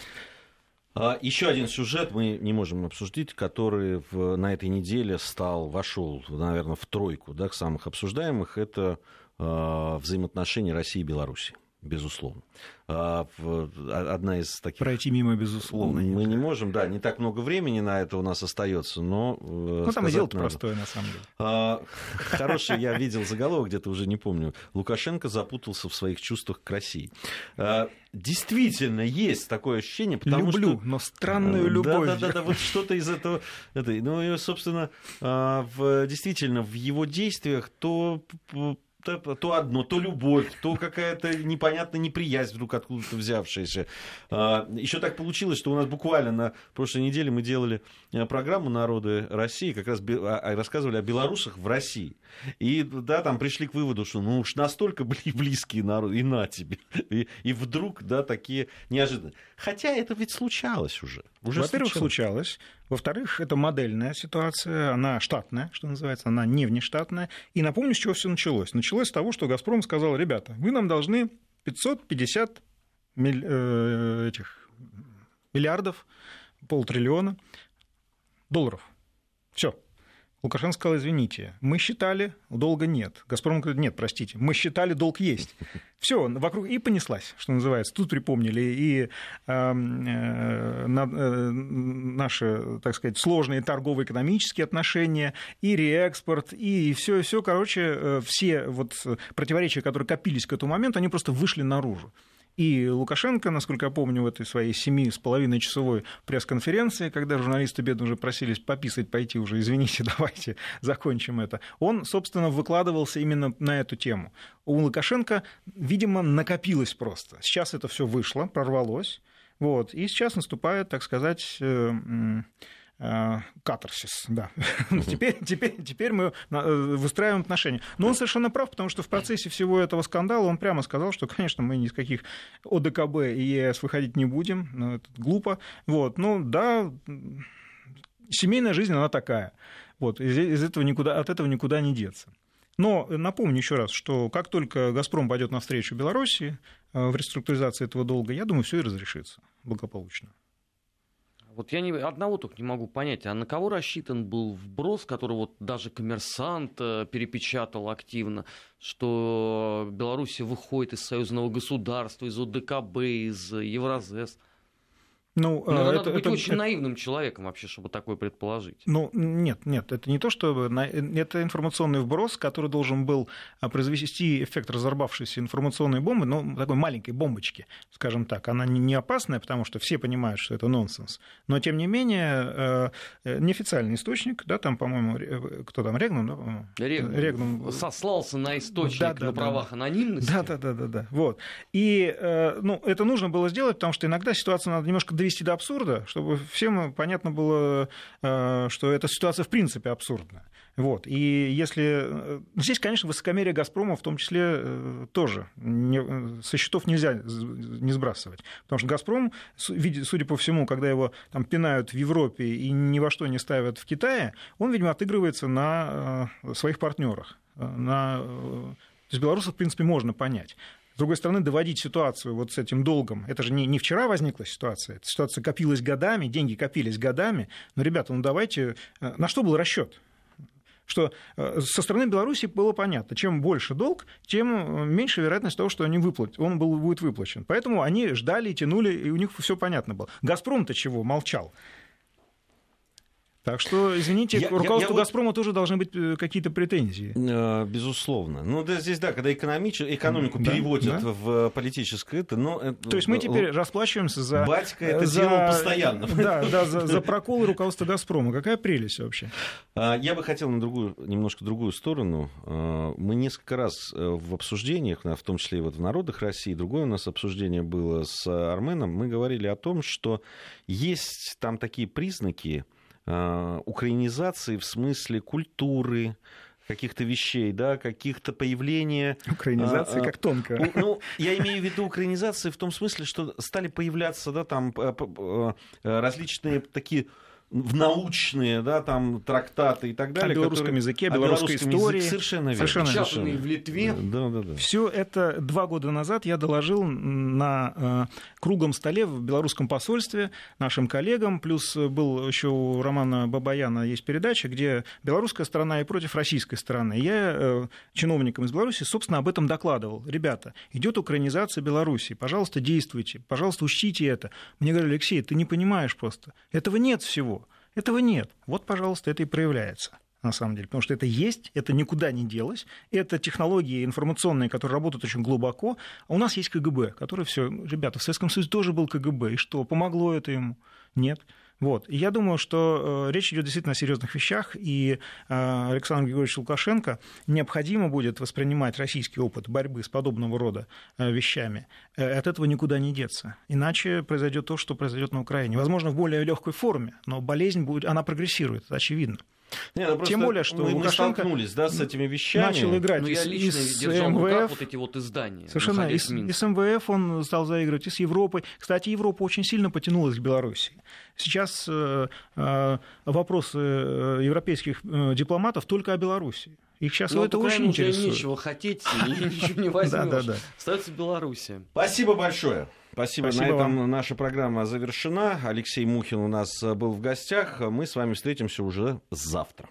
Еще один сюжет мы не можем обсудить, который в, на этой неделе стал, вошел, наверное, в тройку, да, к самых обсуждаемых. Это э, взаимоотношения России и Беларуси, безусловно. А, в, одна из таких... Пройти мимо, безусловно. Мы не можем, да, не так много времени на это у нас остается, но... Ну, там и дело-то простое, на самом деле. А, хороший, я видел заголовок, где-то уже не помню. Лукашенко запутался в своих чувствах к России. А, действительно, есть такое ощущение, потому Люблю, что... но странную любовь. Да-да-да, вот что-то из этого... Это, ну, и, собственно, в, действительно, в его действиях то... То, то одно, то любовь, то какая-то непонятная неприязнь вдруг откуда-то взявшаяся. Еще так получилось, что у нас буквально на прошлой неделе мы делали программу «Народы России», как раз рассказывали о белорусах в России. И да, там пришли к выводу, что ну уж настолько близкие народы, и на тебе. И, и вдруг, да, такие неожиданные. Хотя это ведь случалось уже. уже Во-первых, случалось. случалось. Во-вторых, это модельная ситуация, она штатная, что называется, она не внештатная. И напомню, с чего все началось. Началось с того, что «Газпром» сказал: ребята, вы нам должны пятьсот пятьдесят миль, э, этих миллиардов, полтриллиона долларов. Все. Лукашенко сказал: извините, мы считали, долга нет. «Газпром» говорит: нет, простите, мы считали, долг есть. Все, вокруг и понеслась, что называется. Тут припомнили и э, э, наши, так сказать, сложные торгово-экономические отношения, и реэкспорт, и все, и все, короче, все вот противоречия, которые копились к этому моменту, они просто вышли наружу. И Лукашенко, насколько я помню, в этой своей семи с половиной часовой пресс-конференции, когда журналисты бедно уже просились пописать, пойти уже, извините, давайте закончим это, он, собственно, выкладывался именно на эту тему. У Лукашенко, видимо, накопилось просто. Сейчас это все вышло, прорвалось, вот, и сейчас наступает, так сказать, катарсис, да. теперь, теперь, теперь мы выстраиваем отношения. Но он совершенно прав, потому что в процессе всего этого скандала он прямо сказал, что, конечно, мы ни из каких ОДКБ и ЕС выходить не будем, ну, это глупо. Вот. Ну, да, семейная жизнь, она такая. Вот. Из, из этого никуда, от этого никуда не деться. Но напомню еще раз, что как только «Газпром» пойдет навстречу Белоруссии в реструктуризации этого долга, я думаю, все и разрешится благополучно. Вот я не, одного только не могу понять, а на кого рассчитан был вброс, который вот даже «Коммерсант» перепечатал активно, что Беларусь выходит из союзного государства, из ОДКБ, из Евразес. Ну, Но это, надо быть это, очень это... наивным человеком вообще, чтобы такое предположить. Ну, нет, нет, это не то, что... Это информационный вброс, который должен был произвести эффект разорвавшейся информационной бомбы, ну, такой маленькой бомбочки, скажем так. Она не опасная, потому что все понимают, что это нонсенс. Но, тем не менее, неофициальный источник, да, там, по-моему, кто там, Регнум? Да, по-моему? Регнум. Регнум сослался на источник да, да, на правах да, анонимности. Да, да, да, да, да. Вот. И, ну, это нужно было сделать, потому что иногда ситуацию надо немножко довести до абсурда, чтобы всем понятно было, что эта ситуация в принципе абсурдна. Вот. И если... Здесь, конечно, высокомерие «Газпрома» в том числе тоже не... со счетов нельзя не сбрасывать. Потому что «Газпром», судя по всему, когда его там пинают в Европе и ни во что не ставят в Китае, он, видимо, отыгрывается на своих партнерах. На... То есть белорусов, в принципе, можно понять. С другой стороны, доводить ситуацию вот с этим долгом, это же не, не вчера возникла ситуация, эта ситуация копилась годами, деньги копились годами, но, ребята, ну давайте, на что был расчет? Что со стороны Беларуси было понятно, чем больше долг, тем меньше вероятность того, что они выплат... он был, будет выплачен. Поэтому они ждали и тянули, и у них все понятно было. «Газпром»-то чего? Молчал. Так что, извините, я, к руководству я, я «Газпрома» вот... тоже должны быть какие-то претензии. Безусловно. Ну, да, здесь, да, когда экономич... экономику да, переводят да. в политическое... Это, ну, это... То есть мы теперь расплачиваемся за... Батька это за... делал постоянно. Да, да, за, за проколы руководства «Газпрома». Какая прелесть вообще. Я бы хотел на другую, немножко другую сторону. Мы несколько раз в обсуждениях, в том числе и вот в «Народах России», другое у нас обсуждение было с Арменом, мы говорили о том, что есть там такие признаки украинизации в смысле культуры, каких-то вещей, да, каких-то появления... Украинизации а, как тонко. Ну, я имею в виду украинизации в том смысле, что стали появляться, да, там различные такие... в научные, да, там, трактаты и так далее. О белорусском которые... языке, о белорусской истории. Языке. Совершенно верно. Совершенно Печатанные в Литве. Да, да, да. Все это два года назад я доложил на э, круглом столе в белорусском посольстве нашим коллегам. Плюс был еще у Романа Бабаяна есть передача, где белорусская сторона и против российской стороны. Я э, чиновникам из Беларуси, собственно, об этом докладывал. Ребята, идет украинизация Беларуси. Пожалуйста, действуйте. Пожалуйста, учтите это. Мне говорили: Алексей, ты не понимаешь просто. Этого нет всего. Этого нет. Вот, пожалуйста, это и проявляется, на самом деле. Потому что это есть, это никуда не делось. Это технологии информационные, которые работают очень глубоко. А у нас есть ка гэ бэ, который все... Ребята, в Советском Союзе тоже был ка гэ бэ. И что, помогло это ему? Нет. Вот. И я думаю, что э, речь идет действительно о серьезных вещах, и э, Александр Григорьевич Лукашенко необходимо будет воспринимать российский опыт борьбы с подобного рода э, вещами. Э, от этого никуда не деться. Иначе произойдет то, что произойдет на Украине. Возможно, в более легкой форме, но болезнь будет, она прогрессирует, это очевидно. Не, ну Тем более, что мы, Лукашенко мы столкнулись, да, с этими вещами. Начал играть ну, из, я лично из держал эм вэ эф. в руках вот эти вот издания. Совершенно. И с, и с эм вэ эф он стал заигрывать, и с Европой. Кстати, Европа очень сильно потянулась к Беларуси. Сейчас э, э, вопросы европейских э, дипломатов только о Беларуси. Их сейчас ну, это очень интересует. Нечего хотеть, и ничего не возьмешь. Остается Белоруссия. Спасибо большое. Спасибо. Спасибо На этом вам. наша программа завершена. Алексей Мухин у нас был в гостях. Мы с вами встретимся уже завтра.